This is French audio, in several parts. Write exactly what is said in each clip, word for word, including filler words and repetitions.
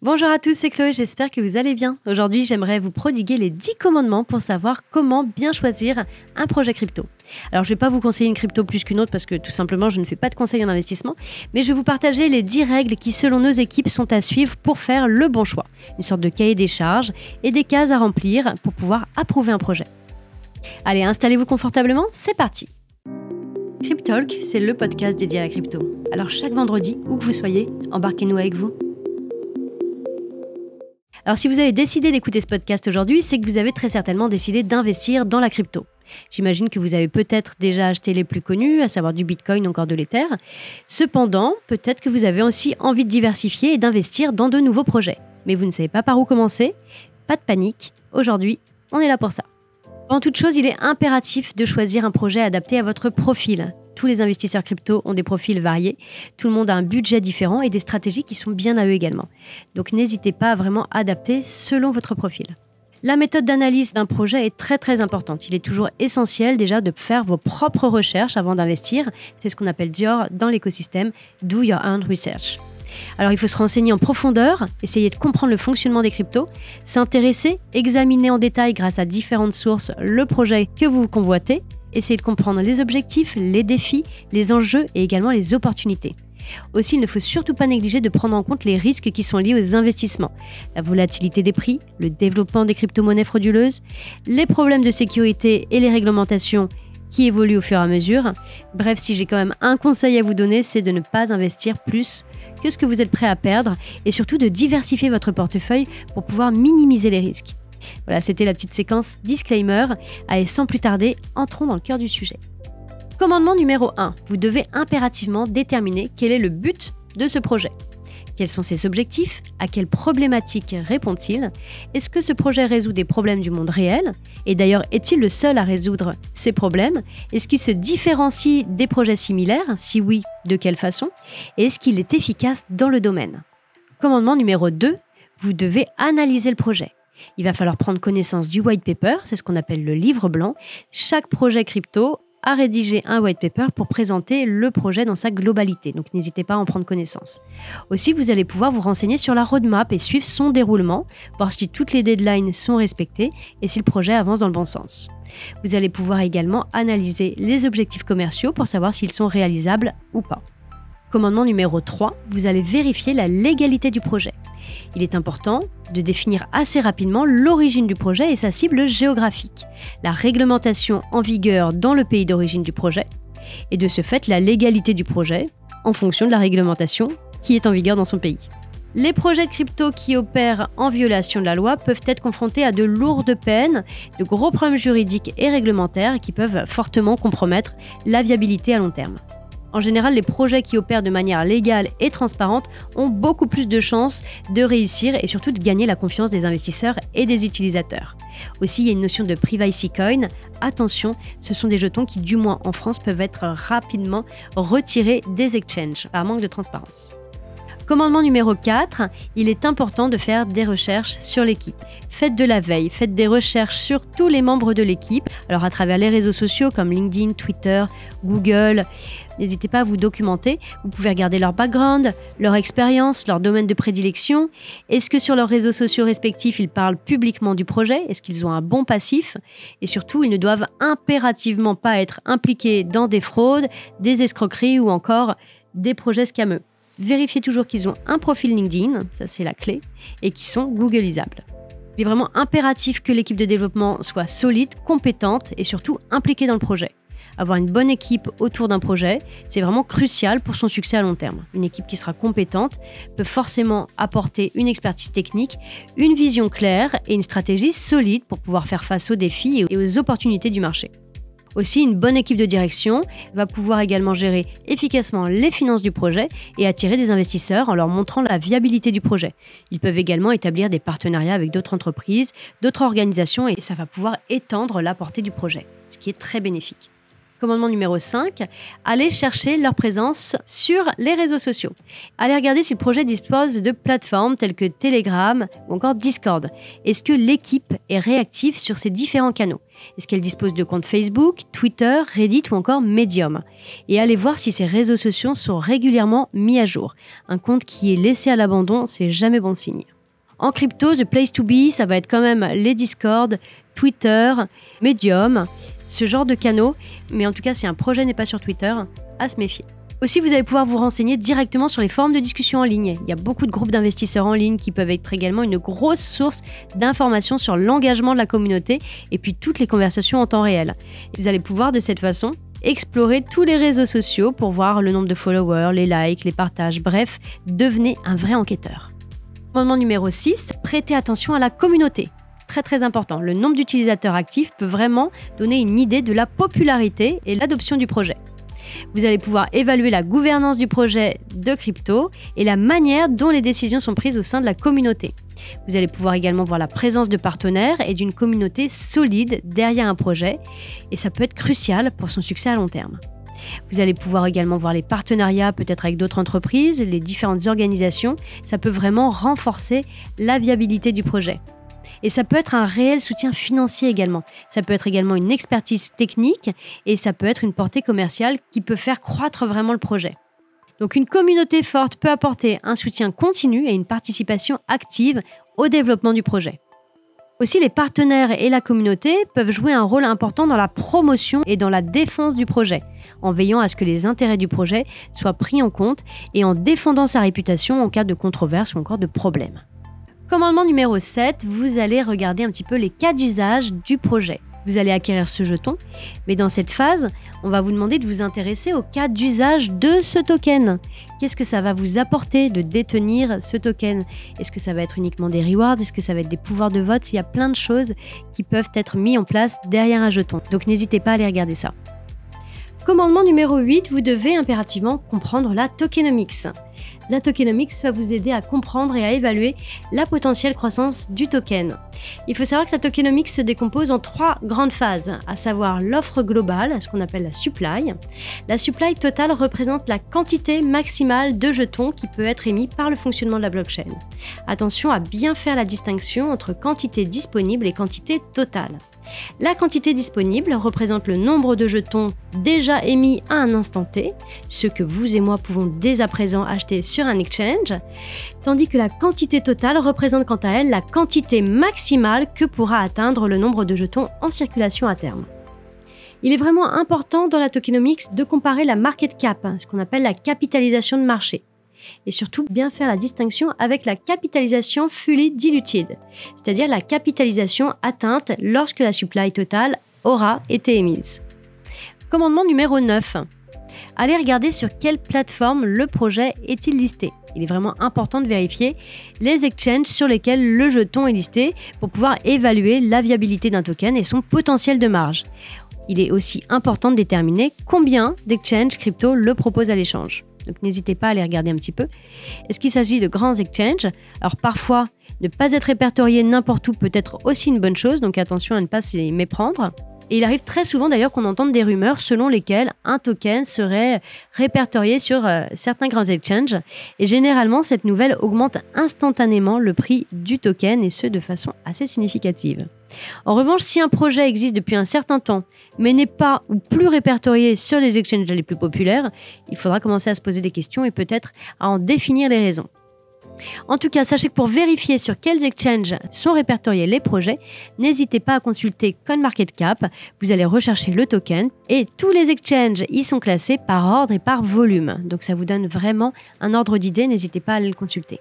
Bonjour à tous, c'est Chloé, j'espère que vous allez bien. Aujourd'hui, j'aimerais vous prodiguer les dix commandements pour savoir comment bien choisir un projet crypto. Alors, je ne vais pas vous conseiller une crypto plus qu'une autre parce que tout simplement, je ne fais pas de conseils en investissement, mais je vais vous partager les dix règles qui, selon nos équipes, sont à suivre pour faire le bon choix. Une sorte de cahier des charges et des cases à remplir pour pouvoir approuver un projet. Allez, installez-vous confortablement, c'est parti. Cryptalk, c'est le podcast dédié à la crypto. Alors, chaque vendredi, où que vous soyez, embarquez-nous avec vous. Alors si vous avez décidé d'écouter ce podcast aujourd'hui, c'est que vous avez très certainement décidé d'investir dans la crypto. J'imagine que vous avez peut-être déjà acheté les plus connus, à savoir du Bitcoin ou encore de l'Ether. Cependant, peut-être que vous avez aussi envie de diversifier et d'investir dans de nouveaux projets. Mais vous ne savez pas par où commencer. Pas de panique, aujourd'hui, on est là pour ça. Avant toute chose, il est impératif de choisir un projet adapté à votre profil. Tous les investisseurs crypto ont des profils variés, tout le monde a un budget différent et des stratégies qui sont bien à eux également. Donc n'hésitez pas à vraiment adapter selon votre profil. La méthode d'analyse d'un projet est très très importante. Il est toujours essentiel déjà de faire vos propres recherches avant d'investir. C'est ce qu'on appelle Dior dans l'écosystème Do Your Own Research. Alors il faut se renseigner en profondeur, essayer de comprendre le fonctionnement des cryptos, s'intéresser, examiner en détail grâce à différentes sources le projet que vous convoitez, essayer de comprendre les objectifs, les défis, les enjeux et également les opportunités. Aussi, il ne faut surtout pas négliger de prendre en compte les risques qui sont liés aux investissements. La volatilité des prix, le développement des crypto-monnaies frauduleuses, les problèmes de sécurité et les réglementations qui évoluent au fur et à mesure. Bref, si j'ai quand même un conseil à vous donner, c'est de ne pas investir plus que ce que vous êtes prêt à perdre et surtout de diversifier votre portefeuille pour pouvoir minimiser les risques. Voilà, c'était la petite séquence disclaimer. Allez, sans plus tarder, entrons dans le cœur du sujet. Commandement numéro un. Vous devez impérativement déterminer quel est le but de ce projet. Quels sont ses objectifs? À quelles problématiques répond-il? Est-ce que ce projet résout des problèmes du monde réel? Et d'ailleurs, est-il le seul à résoudre ces problèmes? Est-ce qu'il se différencie des projets similaires? Si oui, de quelle façon? Et est-ce qu'il est efficace dans le domaine? Commandement numéro deux. Vous devez analyser le projet. Il va falloir prendre connaissance du white paper, c'est ce qu'on appelle le livre blanc. Chaque projet crypto a rédigé un white paper pour présenter le projet dans sa globalité, donc n'hésitez pas à en prendre connaissance. Aussi, vous allez pouvoir vous renseigner sur la roadmap et suivre son déroulement, voir si toutes les deadlines sont respectées et si le projet avance dans le bon sens. Vous allez pouvoir également analyser les objectifs commerciaux pour savoir s'ils sont réalisables ou pas. Commandement numéro trois, vous allez vérifier la légalité du projet. Il est important de définir assez rapidement l'origine du projet et sa cible géographique, la réglementation en vigueur dans le pays d'origine du projet, et de ce fait la légalité du projet en fonction de la réglementation qui est en vigueur dans son pays. Les projets crypto qui opèrent en violation de la loi peuvent être confrontés à de lourdes peines, de gros problèmes juridiques et réglementaires qui peuvent fortement compromettre la viabilité à long terme. En général, les projets qui opèrent de manière légale et transparente ont beaucoup plus de chances de réussir et surtout de gagner la confiance des investisseurs et des utilisateurs. Aussi, il y a une notion de privacy coin. Attention, ce sont des jetons qui, du moins en France, peuvent être rapidement retirés des exchanges par manque de transparence. Commandement numéro quatre, il est important de faire des recherches sur l'équipe. Faites de la veille, faites des recherches sur tous les membres de l'équipe, alors à travers les réseaux sociaux comme LinkedIn, Twitter, Google. N'hésitez pas à vous documenter, vous pouvez regarder leur background, leur expérience, leur domaine de prédilection. Est-ce que sur leurs réseaux sociaux respectifs, ils parlent publiquement du projet? Est-ce qu'ils ont un bon passif? Et surtout, ils ne doivent impérativement pas être impliqués dans des fraudes, des escroqueries ou encore des projets scameux. Vérifiez toujours qu'ils ont un profil LinkedIn, ça c'est la clé, et qu'ils sont Googleisables. Il est vraiment impératif que l'équipe de développement soit solide, compétente et surtout impliquée dans le projet. Avoir une bonne équipe autour d'un projet, c'est vraiment crucial pour son succès à long terme. Une équipe qui sera compétente peut forcément apporter une expertise technique, une vision claire et une stratégie solide pour pouvoir faire face aux défis et aux opportunités du marché. Aussi, une bonne équipe de direction va pouvoir également gérer efficacement les finances du projet et attirer des investisseurs en leur montrant la viabilité du projet. Ils peuvent également établir des partenariats avec d'autres entreprises, d'autres organisations et ça va pouvoir étendre la portée du projet, ce qui est très bénéfique. Commandement numéro cinq, allez chercher leur présence sur les réseaux sociaux. Allez regarder si le projet dispose de plateformes telles que Telegram ou encore Discord. Est-ce que l'équipe est réactive sur ces différents canaux ? Est-ce qu'elle dispose de comptes Facebook, Twitter, Reddit ou encore Medium ? Et allez voir si ces réseaux sociaux sont régulièrement mis à jour. Un compte qui est laissé à l'abandon, c'est jamais bon signe. En crypto, the place to be, ça va être quand même les Discord, Twitter, Medium, ce genre de canaux. Mais en tout cas, si un projet n'est pas sur Twitter, à se méfier. Aussi, vous allez pouvoir vous renseigner directement sur les forums de discussion en ligne. Il y a beaucoup de groupes d'investisseurs en ligne qui peuvent être également une grosse source d'informations sur l'engagement de la communauté et puis toutes les conversations en temps réel. Vous allez pouvoir de cette façon explorer tous les réseaux sociaux pour voir le nombre de followers, les likes, les partages, bref, devenez un vrai enquêteur. Commandement numéro six, prêtez attention à la communauté. Très très important, le nombre d'utilisateurs actifs peut vraiment donner une idée de la popularité et l'adoption du projet. Vous allez pouvoir évaluer la gouvernance du projet de crypto et la manière dont les décisions sont prises au sein de la communauté. Vous allez pouvoir également voir la présence de partenaires et d'une communauté solide derrière un projet et ça peut être crucial pour son succès à long terme. Vous allez pouvoir également voir les partenariats peut-être avec d'autres entreprises, les différentes organisations. Ça peut vraiment renforcer la viabilité du projet. Et ça peut être un réel soutien financier également. Ça peut être également une expertise technique et ça peut être une portée commerciale qui peut faire croître vraiment le projet. Donc une communauté forte peut apporter un soutien continu et une participation active au développement du projet. Aussi, les partenaires et la communauté peuvent jouer un rôle important dans la promotion et dans la défense du projet, en veillant à ce que les intérêts du projet soient pris en compte et en défendant sa réputation en cas de controverse ou encore de problème. Commandement numéro sept, vous allez regarder un petit peu les cas d'usage du projet. Vous allez acquérir ce jeton, mais dans cette phase, on va vous demander de vous intéresser au cas d'usage de ce token. Qu'est-ce que ça va vous apporter de détenir ce token ? Est-ce que ça va être uniquement des rewards ? Est-ce que ça va être des pouvoirs de vote ? Il y a plein de choses qui peuvent être mises en place derrière un jeton. Donc n'hésitez pas à aller regarder ça. Commandement numéro huit, vous devez impérativement comprendre la tokenomics. La tokenomics va vous aider à comprendre et à évaluer la potentielle croissance du token. Il faut savoir que la tokenomics se décompose en trois grandes phases, à savoir l'offre globale, ce qu'on appelle la supply. La supply totale représente la quantité maximale de jetons qui peut être émis par le fonctionnement de la blockchain. Attention à bien faire la distinction entre quantité disponible et quantité totale. La quantité disponible représente le nombre de jetons déjà émis à un instant T, ceux que vous et moi pouvons dès à présent acheter sur un exchange, tandis que la quantité totale représente quant à elle la quantité maximale que pourra atteindre le nombre de jetons en circulation à terme. Il est vraiment important dans la tokenomics de comparer la market cap, ce qu'on appelle la capitalisation de marché. Et surtout bien faire la distinction avec la capitalisation fully diluted, c'est-à-dire la capitalisation atteinte lorsque la supply totale aura été émise. Commandement numéro neuf. Allez regarder sur quelle plateforme le projet est-il listé. Il est vraiment important de vérifier les exchanges sur lesquels le jeton est listé pour pouvoir évaluer la viabilité d'un token et son potentiel de marge. Il est aussi important de déterminer combien d'exchanges crypto le proposent à l'échange. Donc n'hésitez pas à aller regarder un petit peu. Est-ce qu'il s'agit de grands exchanges ? Alors parfois, ne pas être répertorié n'importe où peut être aussi une bonne chose, donc attention à ne pas s'y méprendre. Et il arrive très souvent d'ailleurs qu'on entende des rumeurs selon lesquelles un token serait répertorié sur euh, certains grands exchanges. Et généralement, cette nouvelle augmente instantanément le prix du token et ce de façon assez significative. En revanche, si un projet existe depuis un certain temps, mais n'est pas ou plus répertorié sur les exchanges les plus populaires, il faudra commencer à se poser des questions et peut-être à en définir les raisons. En tout cas, sachez que pour vérifier sur quels exchanges sont répertoriés les projets, n'hésitez pas à consulter CoinMarketCap. Vous allez rechercher le token et tous les exchanges y sont classés par ordre et par volume. Donc ça vous donne vraiment un ordre d'idée, n'hésitez pas à aller le consulter.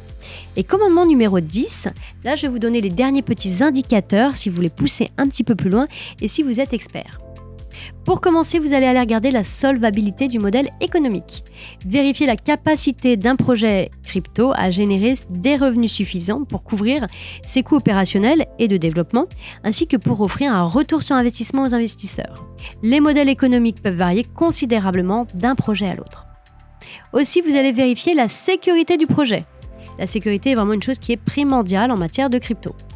Et commandement numéro dix, là je vais vous donner les derniers petits indicateurs si vous voulez pousser un petit peu plus loin et si vous êtes expert. Pour commencer, vous allez aller regarder la solvabilité du modèle économique. Vérifiez la capacité d'un projet crypto à générer des revenus suffisants pour couvrir ses coûts opérationnels et de développement, ainsi que pour offrir un retour sur investissement aux investisseurs. Les modèles économiques peuvent varier considérablement d'un projet à l'autre. Aussi, vous allez vérifier la sécurité du projet. La sécurité est vraiment une chose qui est primordiale en matière de crypto.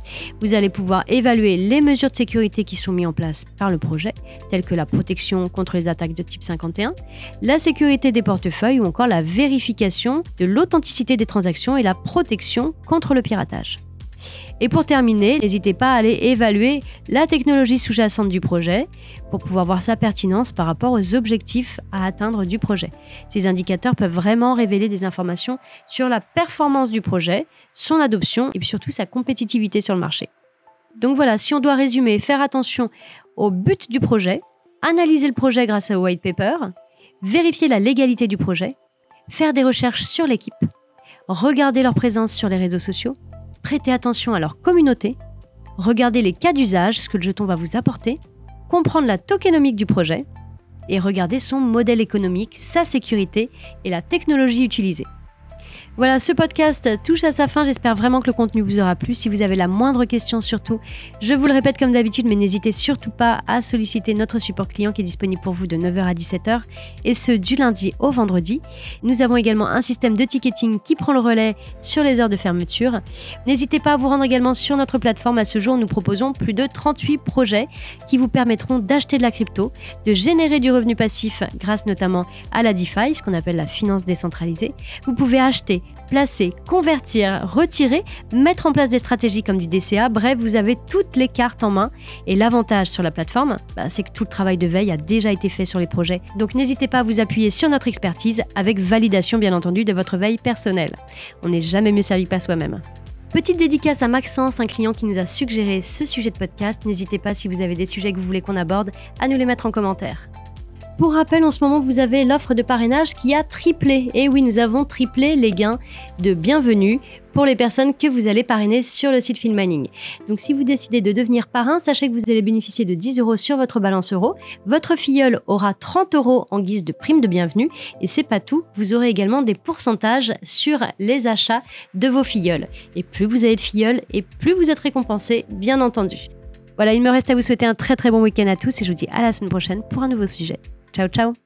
Vous allez pouvoir évaluer les mesures de sécurité qui sont mises en place par le projet, telles que la protection contre les attaques de type cinquante et un, la sécurité des portefeuilles ou encore la vérification de l'authenticité des transactions et la protection contre le piratage. Et pour terminer, n'hésitez pas à aller évaluer la technologie sous-jacente du projet pour pouvoir voir sa pertinence par rapport aux objectifs à atteindre du projet. Ces indicateurs peuvent vraiment révéler des informations sur la performance du projet, son adoption et puis surtout sa compétitivité sur le marché. Donc voilà, si on doit résumer, faire attention au but du projet, analyser le projet grâce au white paper, vérifier la légalité du projet, faire des recherches sur l'équipe, regarder leur présence sur les réseaux sociaux, prêter attention à leur communauté, regarder les cas d'usage, ce que le jeton va vous apporter, comprendre la tokenomique du projet et regarder son modèle économique, sa sécurité et la technologie utilisée. Voilà, ce podcast touche à sa fin. J'espère vraiment que le contenu vous aura plu. Si vous avez la moindre question, surtout, je vous le répète comme d'habitude, mais n'hésitez surtout pas à solliciter notre support client qui est disponible pour vous de neuf heures à dix-sept heures et ce du lundi au vendredi. Nous avons également un système de ticketing qui prend le relais sur les heures de fermeture. N'hésitez pas à vous rendre également sur notre plateforme. À ce jour, nous proposons plus de trente-huit projets qui vous permettront d'acheter de la crypto, de générer du revenu passif grâce notamment à la DeFi, ce qu'on appelle la finance décentralisée. Vous pouvez acheter, placer, convertir, retirer, mettre en place des stratégies comme du D C A. Bref, vous avez toutes les cartes en main. Et l'avantage sur la plateforme, bah, c'est que tout le travail de veille a déjà été fait sur les projets. Donc n'hésitez pas à vous appuyer sur notre expertise avec validation bien entendu de votre veille personnelle. On n'est jamais mieux servi par soi-même. Petite dédicace à Maxence, un client qui nous a suggéré ce sujet de podcast. N'hésitez pas, si vous avez des sujets que vous voulez qu'on aborde, à nous les mettre en commentaire. Pour rappel, en ce moment, vous avez l'offre de parrainage qui a triplé. Et oui, nous avons triplé les gains de bienvenue pour les personnes que vous allez parrainer sur le site Filmmining. Donc, si vous décidez de devenir parrain, sachez que vous allez bénéficier de dix euros sur votre balance euro. Votre filleul aura trente euros en guise de prime de bienvenue. Et c'est pas tout, vous aurez également des pourcentages sur les achats de vos filleuls. Et plus vous avez de filleuls, et plus vous êtes récompensé, bien entendu. Voilà, il me reste à vous souhaiter un très très bon week-end à tous et je vous dis à la semaine prochaine pour un nouveau sujet. Ciao, ciao!